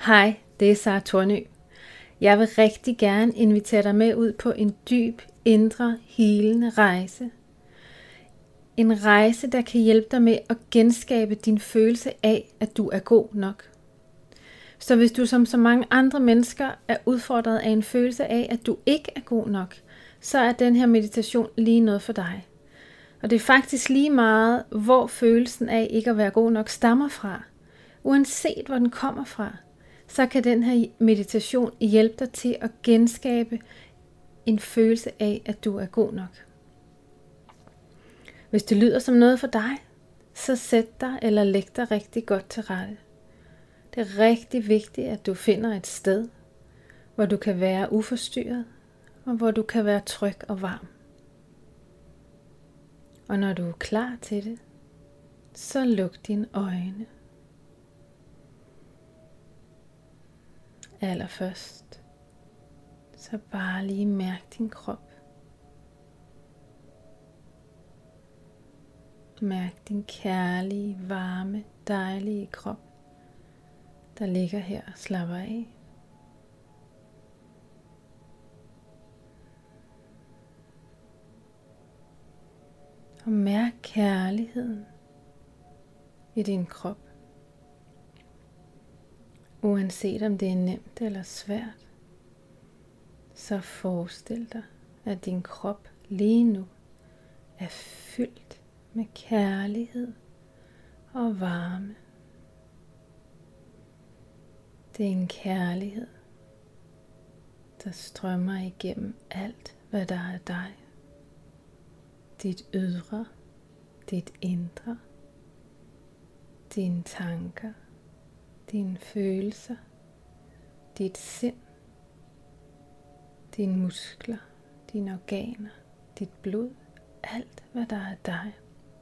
Hej, det er Sara Tornø. Jeg vil rigtig gerne invitere dig med ud på en dyb, indre, helende rejse. En rejse, der kan hjælpe dig med at genskabe din følelse af, at du er god nok. Så hvis du som så mange andre mennesker er udfordret af en følelse af, at du ikke er god nok, så er den her meditation lige noget for dig. Og det er faktisk lige meget, hvor følelsen af ikke at være god nok stammer fra. Uanset hvor den kommer fra, så kan den her meditation hjælpe dig til at genskabe en følelse af, at du er god nok. Hvis det lyder som noget for dig, så sæt dig eller læg dig rigtig godt til rette. Det er rigtig vigtigt, at du finder et sted, hvor du kan være uforstyrret, og hvor du kan være tryg og varm. Og når du er klar til det, så luk dine øjne. Allerførst, så bare lige mærk din krop. Mærk din kærlige, varme, dejlige krop, der ligger her og slapper af. Og mærk kærligheden i din krop. Uanset om det er nemt eller svært, så forestil dig, at din krop lige nu er fyldt med kærlighed og varme. Det er en kærlighed, der strømmer igennem alt, hvad der er dig. Dit ydre, dit indre, dine tanker, dine følelser, dit sind, dine muskler, dine organer, dit blod, alt hvad der er dig,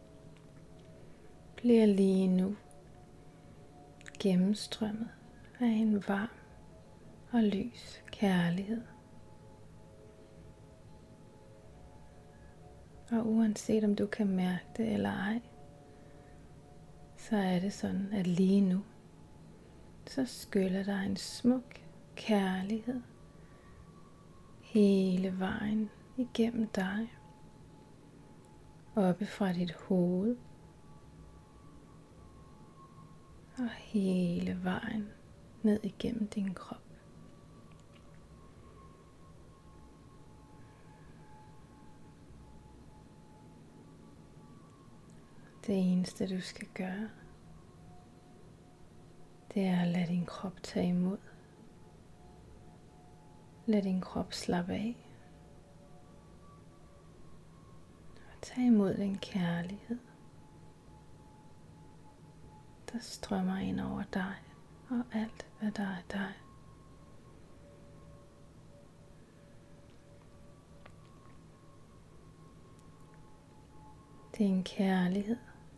bliver lige nu gennemstrømmet af en varm og lys kærlighed. Og uanset om du kan mærke det eller ej, så er det sådan, at lige nu, så skyller der en smuk kærlighed hele vejen igennem dig, oppe fra dit hoved og hele vejen ned igennem din krop. Det eneste du skal gøre, det er at lade din krop tage imod. Lad din krop slappe af. Og tag imod den kærlighed, der strømmer ind over dig og alt, hvad der er dig. Det er en kærlighed,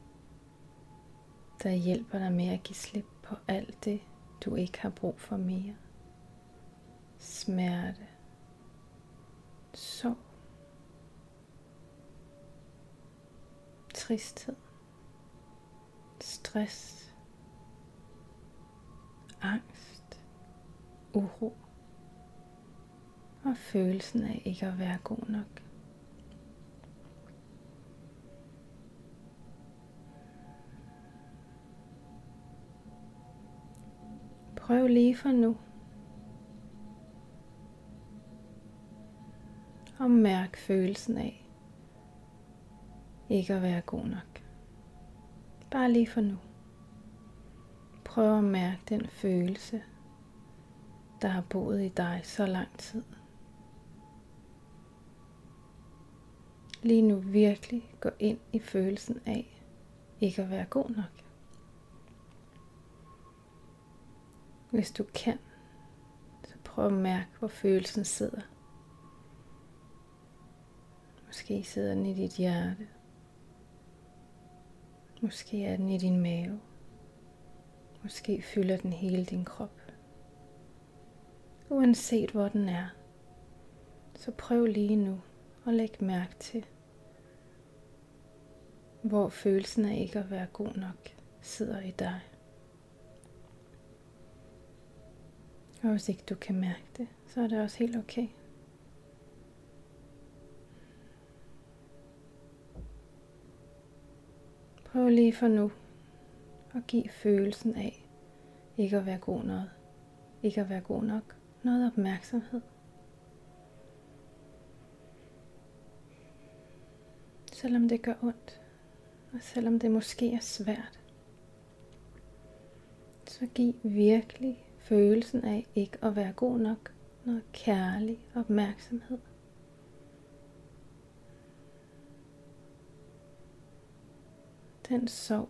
der hjælper dig med at give slip på alt det, du ikke har brug for mere. Smerte, sorg, tristhed, stress, angst, uro og følelsen af ikke at være god nok. Prøv lige for nu og mærk følelsen af ikke at være god nok. Bare lige for nu. Prøv at mærke den følelse, der har boet i dig så lang tid. Lige nu virkelig gå ind i følelsen af ikke at være god nok. Hvis du kan, så prøv at mærke, hvor følelsen sidder. Måske sidder den i dit hjerte. Måske er den i din mave. Måske fylder den hele din krop. Uanset hvor den er, så prøv lige nu at lægge mærke til, hvor følelsen af ikke at være god nok sidder i dig. Og hvis ikke du kan mærke det, så er det også helt okay. Prøv lige for nu at give følelsen af ikke at være god noget. Ikke at være god nok. Noget opmærksomhed. Selvom det gør ondt, og selvom det måske er svært, så giv virkelig følelsen af ikke at være god nok noget kærlig opmærksomhed. Den sorg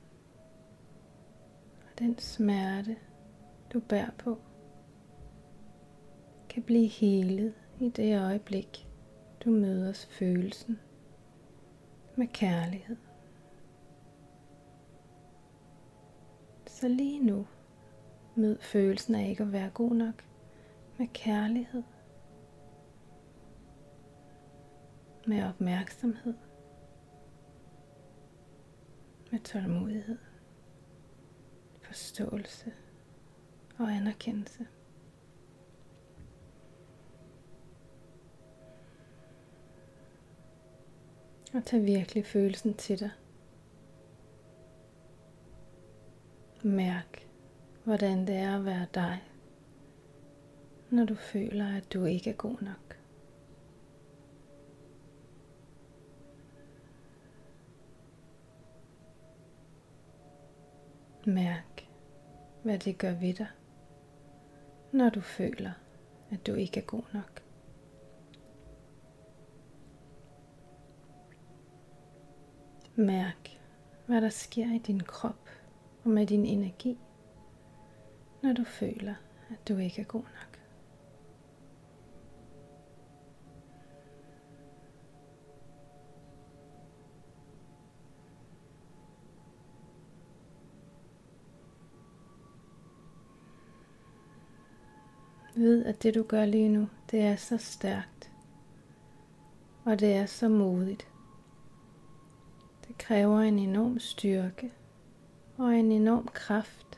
og den smerte, du bærer på, kan blive helet i det øjeblik, du møder følelsen med kærlighed. Så lige nu, mød følelsen af ikke at være god nok med kærlighed, med opmærksomhed, med tålmodighed, forståelse og anerkendelse. Og tag virkelig følelsen til dig. Mærk, hvordan det er at være dig, når du føler, at du ikke er god nok. Mærk, hvad det gør ved dig, når du føler, at du ikke er god nok. Mærk, hvad der sker i din krop og med din energi, når du føler, at du ikke er god nok. Ved, at det du gør lige nu, det er så stærkt, og det er så modigt. Det kræver en enorm styrke og en enorm kraft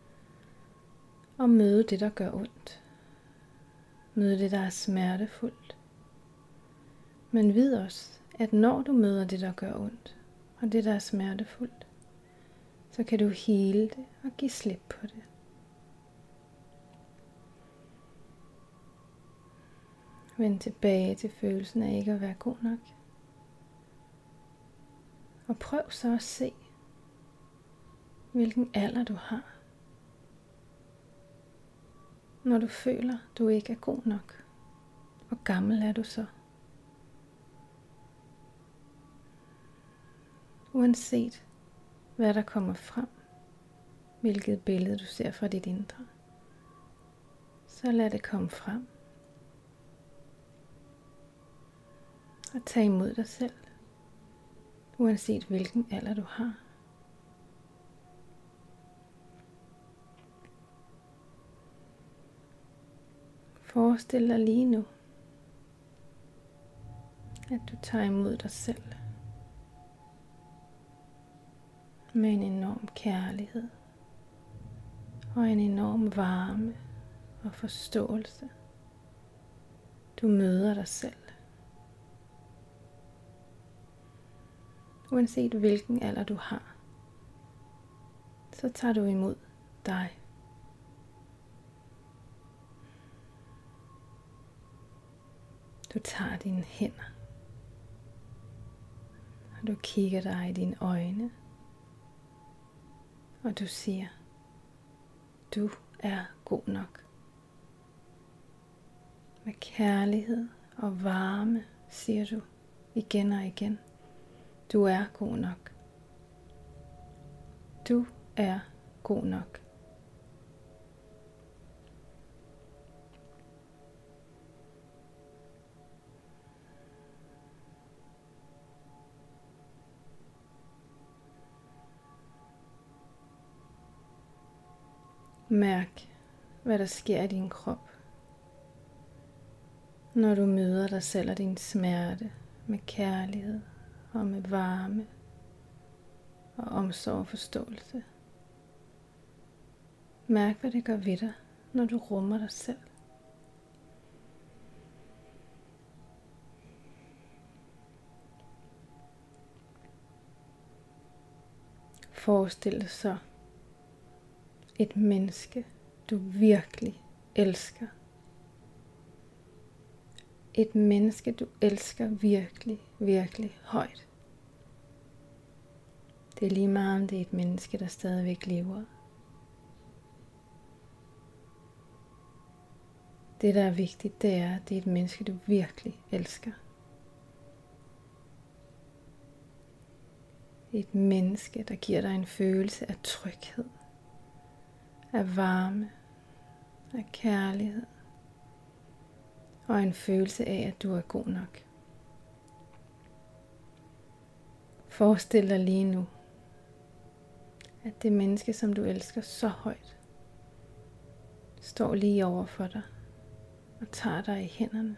at møde det, der gør ondt. Møde det, der er smertefuldt. Men vid også, at når du møder det, der gør ondt, og det, der er smertefuldt, så kan du hele det og give slip på det. Vend tilbage til følelsen af ikke at være god nok. Og prøv så at se, hvilken alder du har, når du føler, du ikke er god nok. Hvor gammel er du så? Uanset hvad der kommer frem, hvilket billede du ser fra dit indre, så lad det komme frem. Og tag imod dig selv, uanset hvilken alder du har. Forestil dig lige nu, at du tager imod dig selv med en enorm kærlighed og en enorm varme og forståelse. Du møder dig selv. Uanset hvilken alder du har, så tager du imod dig. Du tager dine hænder, og du kigger dig i dine øjne, og du siger, du er god nok. Med kærlighed og varme siger du igen og igen, du er god nok. Du er god nok. Mærk, hvad der sker i din krop, når du møder dig selv og din smerte med kærlighed og med varme og omsorg og forståelse. Mærk, hvad det gør ved dig, når du rummer dig selv. Forestil dig så et menneske, du virkelig elsker. Et menneske, du elsker virkelig, virkelig højt. Det er lige meget, om det er et menneske, der stadigvæk lever. Det, der er vigtigt, det er, at det er et menneske, du virkelig elsker. Et menneske, der giver dig en følelse af tryghed, af varme, af kærlighed og en følelse af, at du er god nok. Forestil dig lige nu, at det menneske, som du elsker så højt, står lige over for dig og tager dig i hænderne.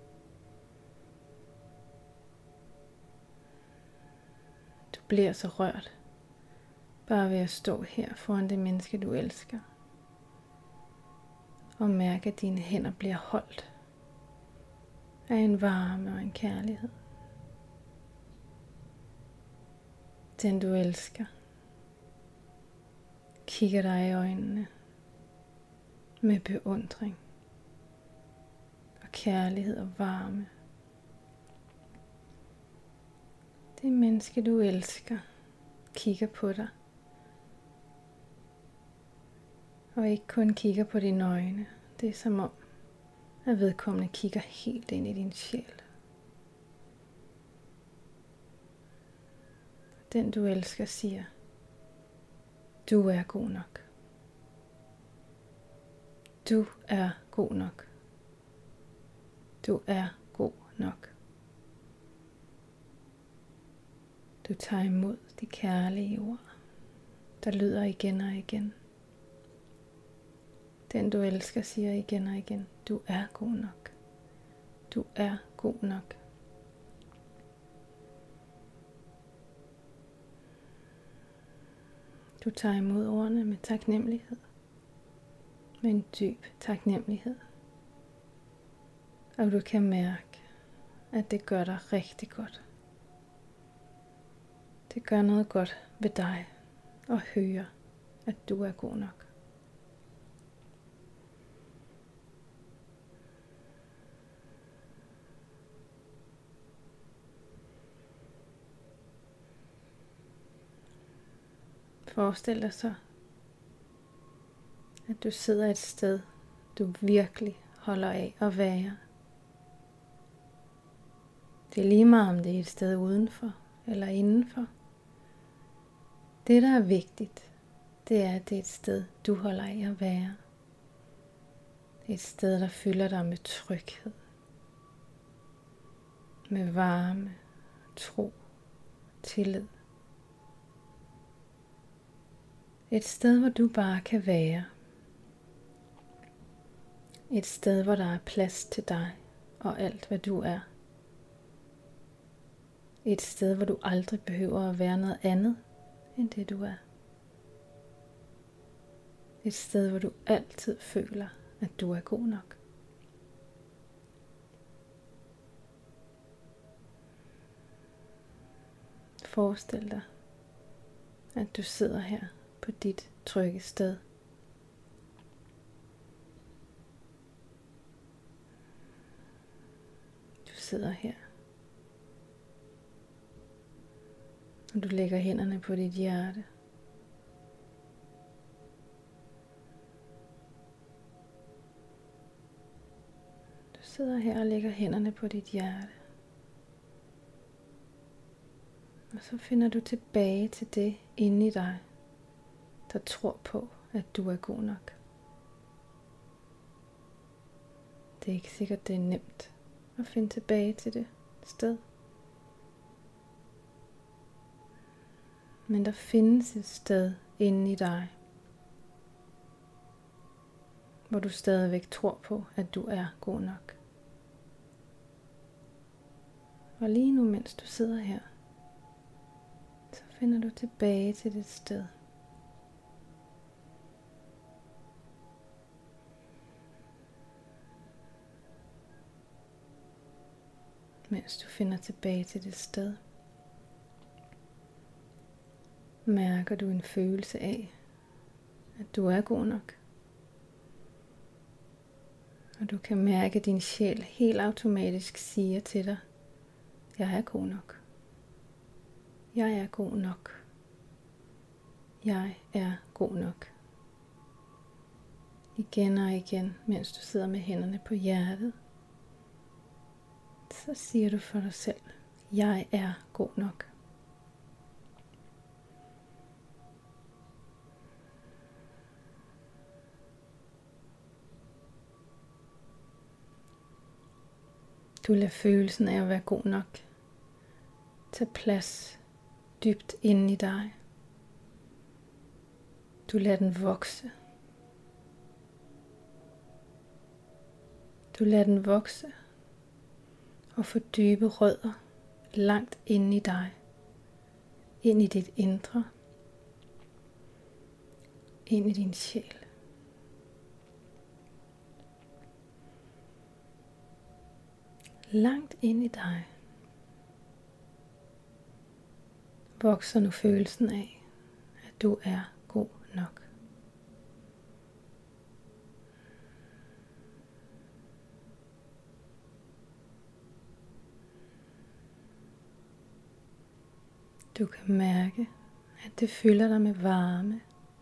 Du bliver så rørt, bare ved at stå her foran det menneske, du elsker, og mærke, at dine hænder bliver holdt af en varme og en kærlighed. Den du elsker kigger dig i øjnene med beundring og kærlighed og varme. Det menneske du elsker kigger på dig, og ikke kun kigger på dine øjne. Det er som om, at vedkommende kigger helt ind i din sjæl. Den du elsker siger, du er god nok. Du er god nok. Du er god nok. Du tager imod de kærlige ord, der lyder igen og igen. Den du elsker siger igen og igen, du er god nok. Du er god nok. Du tager imod ordene med taknemmelighed. Med en dyb taknemmelighed. Og du kan mærke, at det gør dig rigtig godt. Det gør noget godt ved dig at høre, at du er god nok. Forestil dig så, at du sidder et sted, du virkelig holder af at være. Det er lige meget, om det er et sted udenfor eller indenfor. Det, der er vigtigt, det er, at det er et sted, du holder af at være. Det er et sted, der fylder dig med tryghed, med varme, tro, tillid. Et sted, hvor du bare kan være. Et sted, hvor der er plads til dig og alt, hvad du er. Et sted, hvor du aldrig behøver at være noget andet, end det du er. Et sted, hvor du altid føler, at du er god nok. Forestil dig, at du sidder her på dit trygge sted. Du sidder her, og du lægger hænderne på dit hjerte. Du sidder her og lægger hænderne på dit hjerte. Og så finder du tilbage til det inde i dig, der tror på, at du er god nok. Det er ikke sikkert, det er nemt at finde tilbage til det sted. Men der findes et sted inde i dig, hvor du stadigvæk tror på, at du er god nok. Og lige nu, mens du sidder her, så finder du tilbage til det sted. mens du finder tilbage til det sted. Mærker du en følelse af, at du er god nok. Og du kan mærke, at din sjæl helt automatisk siger til dig, jeg er god nok. Jeg er god nok. Jeg er god nok. Igen og igen, mens du sidder med hænderne på hjertet, så siger du for dig selv, jeg er god nok. Du lader følelsen af at være god nok tage plads dybt inde i dig. Du lader den vokse. Du lader den vokse og få dybe rødder langt inde i dig, ind i dit indre, ind i din sjæl. Langt ind i dig vokser nu følelsen af, at du er god nok. Du kan mærke, at det fylder dig med varme,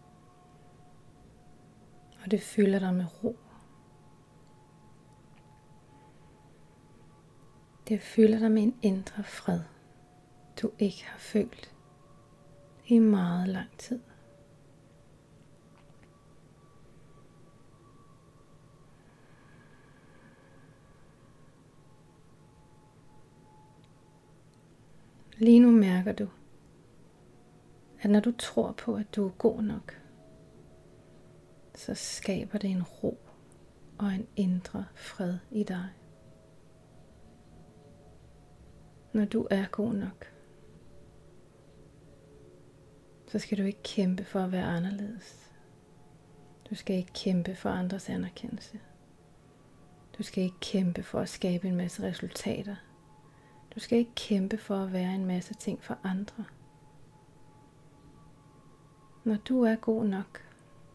og det fylder dig med ro. Det fylder dig med en indre fred, du ikke har følt i meget lang tid. Lige nu mærker du, at når du tror på, at du er god nok, så skaber det en ro og en indre fred i dig. Når du er god nok, så skal du ikke kæmpe for at være anderledes. Du skal ikke kæmpe for andres anerkendelse. Du skal ikke kæmpe for at skabe en masse resultater. Du skal ikke kæmpe for at være en masse ting for andre. Når du er god nok,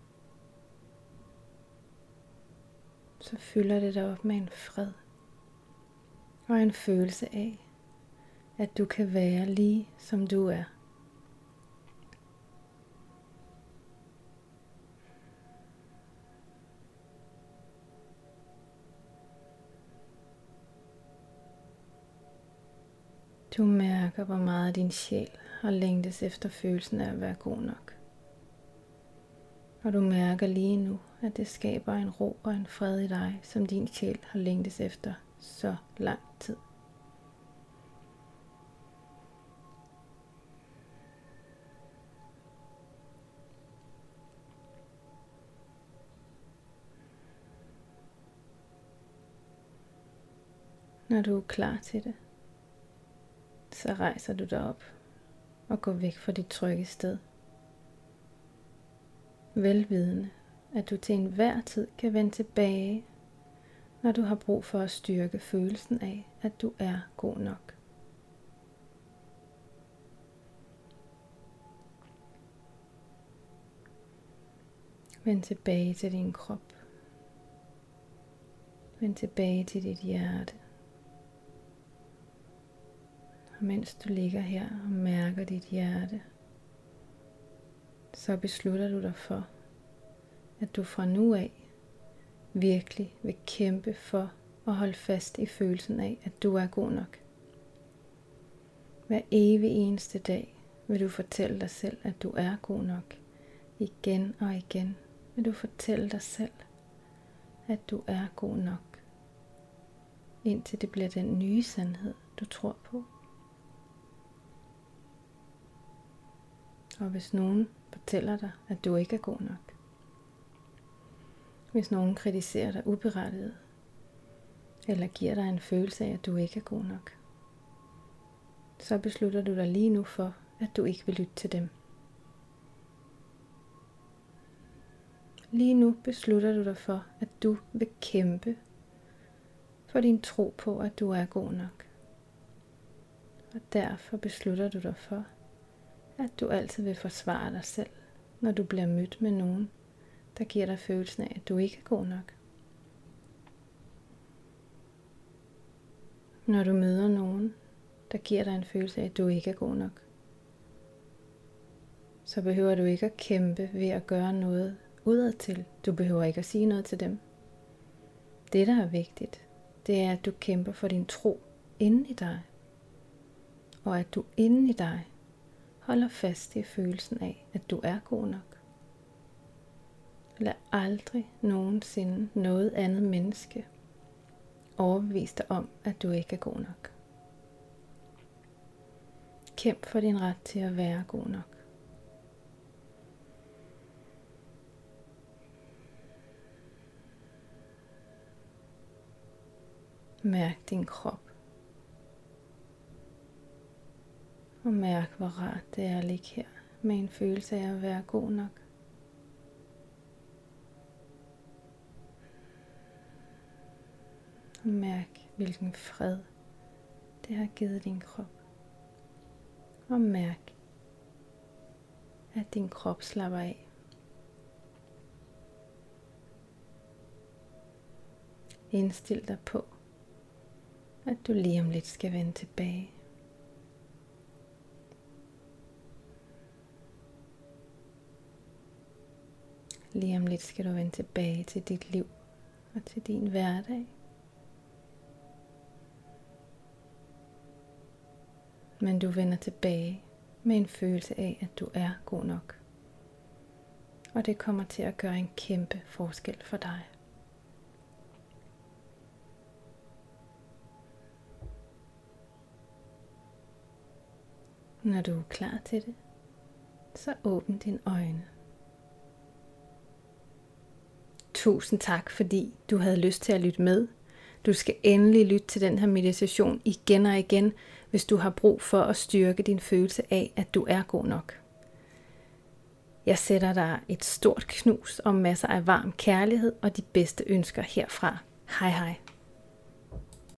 så fylder det dig op med en fred og en følelse af, at du kan være lige som du er. Du mærker, hvor meget din sjæl har længtes efter følelsen af at være god nok. Og du mærker lige nu, at det skaber en ro og en fred i dig, som din sjæl har længtes efter så lang tid. Når du er klar til det, så rejser du dig op og går væk fra dit trygge sted. Velvidende, at du til enhver tid kan vende tilbage, når du har brug for at styrke følelsen af, at du er god nok. Vend tilbage til din krop. Vend tilbage til dit hjerte. Og mens du ligger her og mærker dit hjerte, så beslutter du dig for, at du fra nu af virkelig vil kæmpe for at holde fast i følelsen af, at du er god nok. Hver evig eneste dag vil du fortælle dig selv, at du er god nok. Igen og igen vil du fortælle dig selv, at du er god nok. Indtil det bliver den nye sandhed, du tror på. Og hvis nogen fortæller dig, at du ikke er god nok, hvis nogen kritiserer dig uberettiget, eller giver dig en følelse af, at du ikke er god nok, så beslutter du dig lige nu for, at du ikke vil lytte til dem. Lige nu beslutter du dig for, at du vil kæmpe for din tro på, at du er god nok. Og derfor beslutter du dig for, at du altid vil forsvare dig selv, når du bliver mødt med nogen, der giver dig følelsen af, at du ikke er god nok. Når du møder nogen, der giver dig en følelse af, at du ikke er god nok, så behøver du ikke at kæmpe ved at gøre noget udadtil. Du behøver ikke at sige noget til dem. Det, der er vigtigt, det er, at du kæmper for din tro inde i dig. Og at du inde i dig holder fast i følelsen af, at du er god nok. Lad aldrig nogensinde noget andet menneske overbevise dig om, at du ikke er god nok. Kæmp for din ret til at være god nok. Mærk din krop. Og mærk, hvor rart det er at ligge her med en følelse af at være god nok. Og mærk, hvilken fred det har givet din krop. Og mærk, at din krop slapper af. Indstil dig på, at du lige om lidt skal vende tilbage. Lige om lidt skal du vende tilbage til dit liv og til din hverdag. Men du vender tilbage med en følelse af, at du er god nok. Og det kommer til at gøre en kæmpe forskel for dig. Når du er klar til det, så åbn dine øjne. Tusind tak, fordi du havde lyst til at lytte med. Du skal endelig lytte til den her meditation igen og igen, hvis du har brug for at styrke din følelse af, at du er god nok. Jeg sætter dig et stort knus og masser af varm kærlighed og de bedste ønsker herfra. Hej hej.